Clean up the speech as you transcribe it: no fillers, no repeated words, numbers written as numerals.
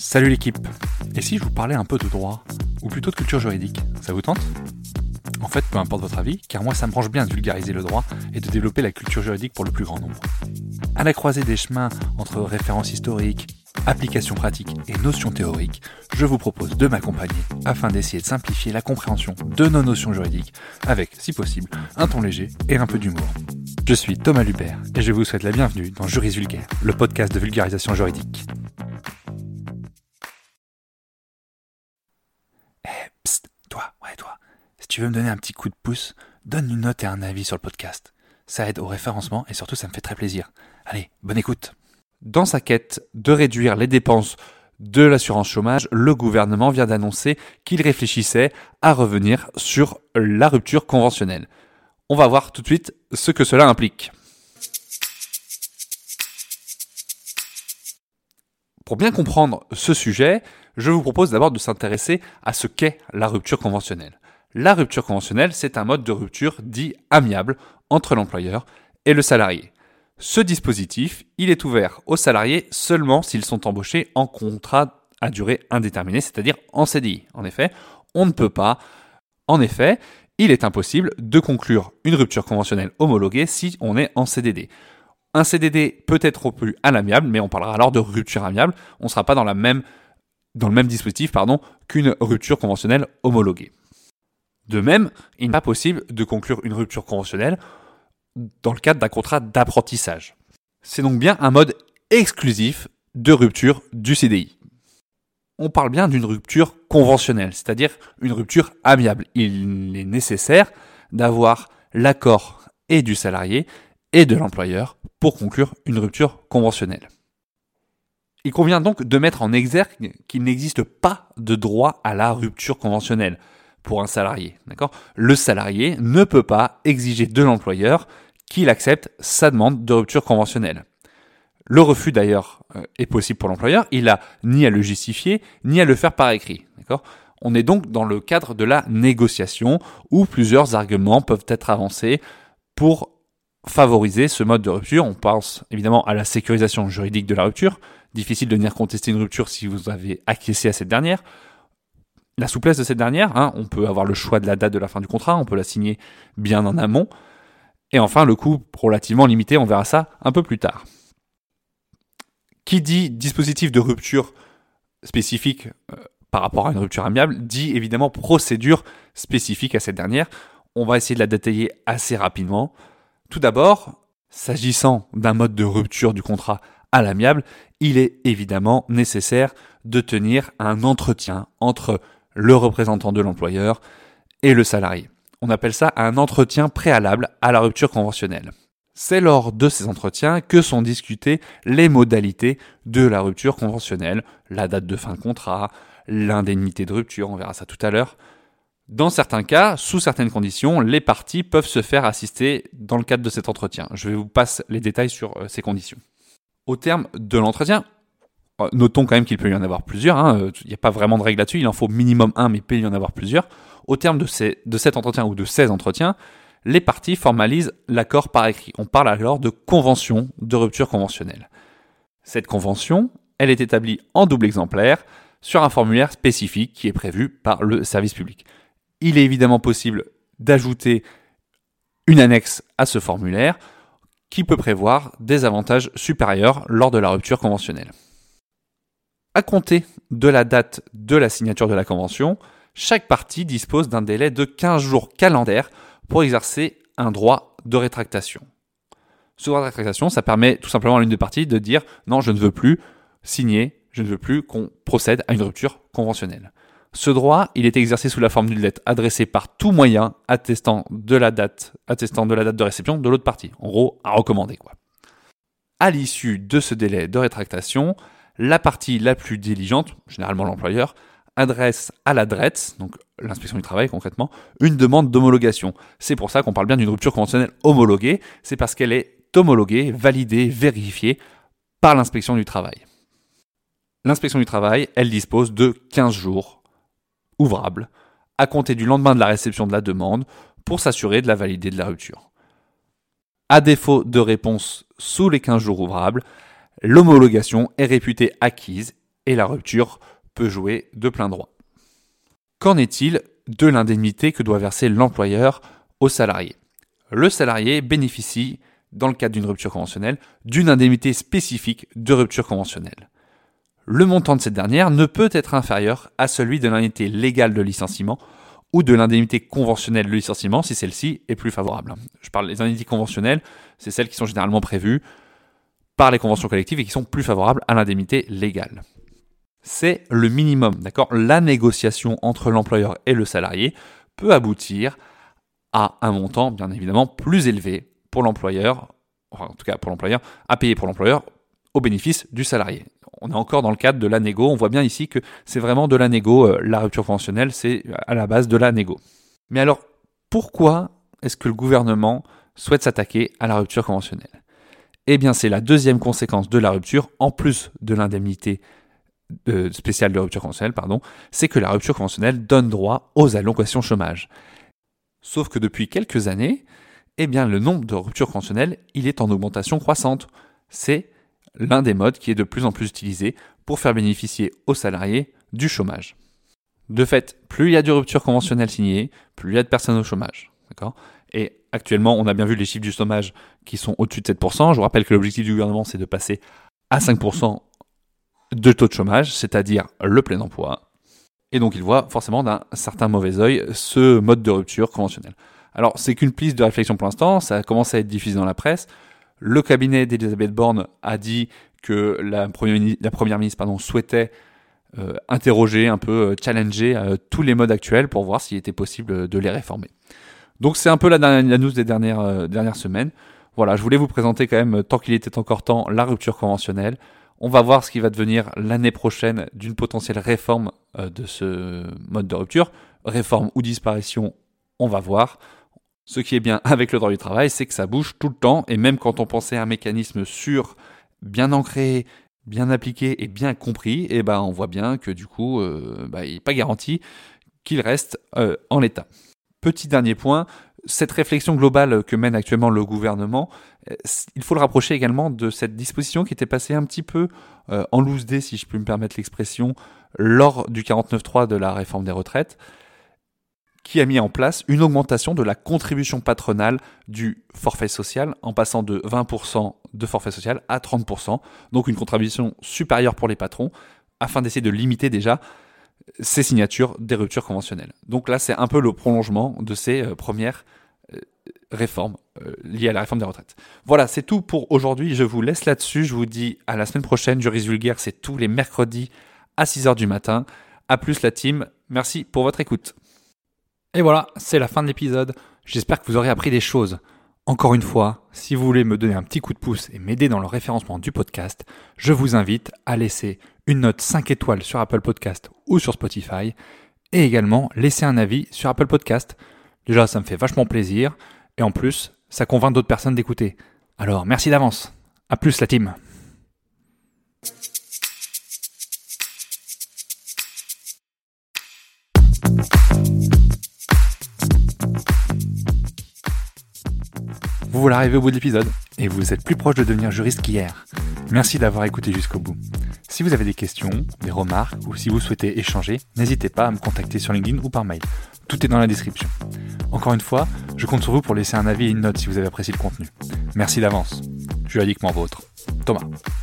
Salut l'équipe. Et si je vous parlais un peu de droit, ou plutôt de culture juridique, ça vous tente ? En fait, peu importe votre avis, car moi ça me branche bien de vulgariser le droit et de développer la culture juridique pour le plus grand nombre. À la croisée des chemins entre références historiques, applications pratiques et notions théoriques, je vous propose de m'accompagner afin d'essayer de simplifier la compréhension de nos notions juridiques avec, si possible, un ton léger et un peu d'humour. Je suis Thomas Lubert et je vous souhaite la bienvenue dans Juris Vulgaire, le podcast de vulgarisation juridique. Psst, toi, si tu veux me donner un petit coup de pouce, donne une note et un avis sur le podcast. Ça aide au référencement et surtout ça me fait très plaisir. Allez, bonne écoute. Dans sa quête de réduire les dépenses de l'assurance chômage, le gouvernement vient d'annoncer qu'il réfléchissait à revenir sur la rupture conventionnelle. On va voir tout de suite ce que cela implique. Pour bien comprendre ce sujet, je vous propose d'abord de s'intéresser à ce qu'est la rupture conventionnelle. La rupture conventionnelle, c'est un mode de rupture dit amiable entre l'employeur et le salarié. Ce dispositif, il est ouvert aux salariés seulement s'ils sont embauchés en contrat à durée indéterminée, c'est-à-dire en CDI. En effet, il est impossible de conclure une rupture conventionnelle homologuée si on est en CDD. Un CDD peut être rompu à l'amiable, mais on parlera alors de rupture amiable. On ne sera pas dans le même dispositif qu'une rupture conventionnelle homologuée. De même, il n'est pas possible de conclure une rupture conventionnelle dans le cadre d'un contrat d'apprentissage. C'est donc bien un mode exclusif de rupture du CDI. On parle bien d'une rupture conventionnelle, c'est-à-dire une rupture amiable. Il est nécessaire d'avoir l'accord et du salarié et de l'employeur pour conclure une rupture conventionnelle. Il convient donc de mettre en exergue qu'il n'existe pas de droit à la rupture conventionnelle pour un salarié. D'accord ? Le salarié ne peut pas exiger de l'employeur qu'il accepte sa demande de rupture conventionnelle. Le refus d'ailleurs est possible pour l'employeur, il n'a ni à le justifier, ni à le faire par écrit. D'accord ? On est donc dans le cadre de la négociation où plusieurs arguments peuvent être avancés pour favoriser ce mode de rupture. On pense évidemment à la sécurisation juridique de la rupture. Difficile de venir contester une rupture si vous avez acquiescé à cette dernière. La souplesse de cette dernière, on peut avoir le choix de la date de la fin du contrat, on peut la signer bien en amont. Et enfin, le coût relativement limité, on verra ça un peu plus tard. Qui dit dispositif de rupture spécifique par rapport à une rupture amiable, dit évidemment procédure spécifique à cette dernière. On va essayer de la détailler assez rapidement. Tout d'abord, s'agissant d'un mode de rupture du contrat à l'amiable, il est évidemment nécessaire de tenir un entretien entre le représentant de l'employeur et le salarié. On appelle ça un entretien préalable à la rupture conventionnelle. C'est lors de ces entretiens que sont discutées les modalités de la rupture conventionnelle, la date de fin de contrat, l'indemnité de rupture, on verra ça tout à l'heure. Dans certains cas, sous certaines conditions, les parties peuvent se faire assister dans le cadre de cet entretien. Je vous passe les détails sur ces conditions. Au terme de l'entretien, notons quand même qu'il peut y en avoir plusieurs, il n'y a pas vraiment de règle là-dessus, il en faut minimum un, mais il peut y en avoir plusieurs. Au terme de cet entretien ou de ces entretiens, les parties formalisent l'accord par écrit. On parle alors de convention de rupture conventionnelle. Cette convention, elle est établie en double exemplaire sur un formulaire spécifique qui est prévu par le service public. Il est évidemment possible d'ajouter une annexe à ce formulaire qui peut prévoir des avantages supérieurs lors de la rupture conventionnelle. À compter de la date de la signature de la convention, chaque partie dispose d'un délai de 15 jours calendaires pour exercer un droit de rétractation. Ce droit de rétractation, ça permet tout simplement à l'une des parties de dire « non, je ne veux plus signer, je ne veux plus qu'on procède à une rupture conventionnelle ». Ce droit, il est exercé sous la forme d'une lettre adressée par tout moyen attestant de la date de réception de l'autre partie. En gros, à recommander, quoi. À l'issue de ce délai de rétractation, la partie la plus diligente, généralement l'employeur, adresse à la DRETS, donc l'inspection du travail concrètement, une demande d'homologation. C'est pour ça qu'on parle bien d'une rupture conventionnelle homologuée, c'est parce qu'elle est homologuée, validée, vérifiée par l'inspection du travail. L'inspection du travail, elle dispose de 15 jours ouvrables à compter du lendemain de la réception de la demande pour s'assurer de la validité de la rupture. À défaut de réponse sous les 15 jours ouvrables, l'homologation est réputée acquise et la rupture peut jouer de plein droit. Qu'en est-il de l'indemnité que doit verser l'employeur au salarié ? Le salarié bénéficie, dans le cadre d'une rupture conventionnelle, d'une indemnité spécifique de rupture conventionnelle. Le montant de cette dernière ne peut être inférieur à celui de l'indemnité légale de licenciement ou de l'indemnité conventionnelle de licenciement si celle-ci est plus favorable. Je parle des indemnités conventionnelles, c'est celles qui sont généralement prévues par les conventions collectives et qui sont plus favorables à l'indemnité légale. C'est le minimum, d'accord ? La négociation entre l'employeur et le salarié peut aboutir à un montant, bien évidemment, plus élevé pour l'employeur, enfin, en tout cas pour l'employeur, à payer pour l'employeur au bénéfice du salarié. On est encore dans le cadre de la négo, on voit bien ici que c'est vraiment de la négo, la rupture conventionnelle, c'est à la base de la négo. Mais alors, pourquoi est-ce que le gouvernement souhaite s'attaquer à la rupture conventionnelle ? Eh bien, c'est la deuxième conséquence de la rupture, en plus de l'indemnité spéciale de rupture conventionnelle, c'est que la rupture conventionnelle donne droit aux allocations chômage. Sauf que depuis quelques années, eh bien, le nombre de ruptures conventionnelles, il est en augmentation croissante. C'est l'un des modes qui est de plus en plus utilisé pour faire bénéficier aux salariés du chômage. De fait, plus il y a de ruptures conventionnelles signées, plus il y a de personnes au chômage. D'accord ? Et actuellement, on a bien vu les chiffres du chômage qui sont au-dessus de 7%. Je vous rappelle que l'objectif du gouvernement, c'est de passer à 5% de taux de chômage, c'est-à-dire le plein emploi. Et donc, il voit forcément d'un certain mauvais œil ce mode de rupture conventionnelle. Alors, c'est qu'une piste de réflexion pour l'instant, ça commence à être diffusé dans la presse. Le cabinet d'Elisabeth Borne a dit que la première ministre souhaitait interroger, un peu challenger tous les modes actuels pour voir s'il était possible de les réformer. Donc, c'est un peu la news des dernières semaines. Voilà, je voulais vous présenter quand même, tant qu'il était encore temps, la rupture conventionnelle. On va voir ce qui va devenir l'année prochaine d'une potentielle réforme de ce mode de rupture. Réforme ou disparition, on va voir. Ce qui est bien avec le droit du travail, c'est que ça bouge tout le temps. Et même quand on pensait à un mécanisme sûr, bien ancré, bien appliqué et bien compris, on voit bien que du coup, il n'est pas garanti qu'il reste en l'état. Petit dernier point, cette réflexion globale que mène actuellement le gouvernement, il faut le rapprocher également de cette disposition qui était passée un petit peu en loose dé, si je puis me permettre l'expression, lors du 49.3 de la réforme des retraites, qui a mis en place une augmentation de la contribution patronale du forfait social en passant de 20% de forfait social à 30%, donc une contribution supérieure pour les patrons, afin d'essayer de limiter déjà ces signatures des ruptures conventionnelles. Donc là, c'est un peu le prolongement de ces premières réformes liées à la réforme des retraites. Voilà, c'est tout pour aujourd'hui. Je vous laisse là-dessus. Je vous dis à la semaine prochaine. Juris Vulgaire, c'est tous les mercredis à 6h du matin. À plus la team. Merci pour votre écoute. Et voilà, c'est la fin de l'épisode. J'espère que vous aurez appris des choses. Encore une fois, si vous voulez me donner un petit coup de pouce et m'aider dans le référencement du podcast, je vous invite à laisser une note 5 étoiles sur Apple Podcast ou sur Spotify et également laisser un avis sur Apple Podcast. Déjà, ça me fait vachement plaisir et en plus, ça convainc d'autres personnes d'écouter. Alors, merci d'avance. À plus la team. Vous voilà arrivé au bout de l'épisode et vous êtes plus proche de devenir juriste qu'hier. Merci d'avoir écouté jusqu'au bout. Si vous avez des questions, des remarques ou si vous souhaitez échanger, n'hésitez pas à me contacter sur LinkedIn ou par mail. Tout est dans la description. Encore une fois, je compte sur vous pour laisser un avis et une note si vous avez apprécié le contenu. Merci d'avance. Juridiquement vôtre. Thomas.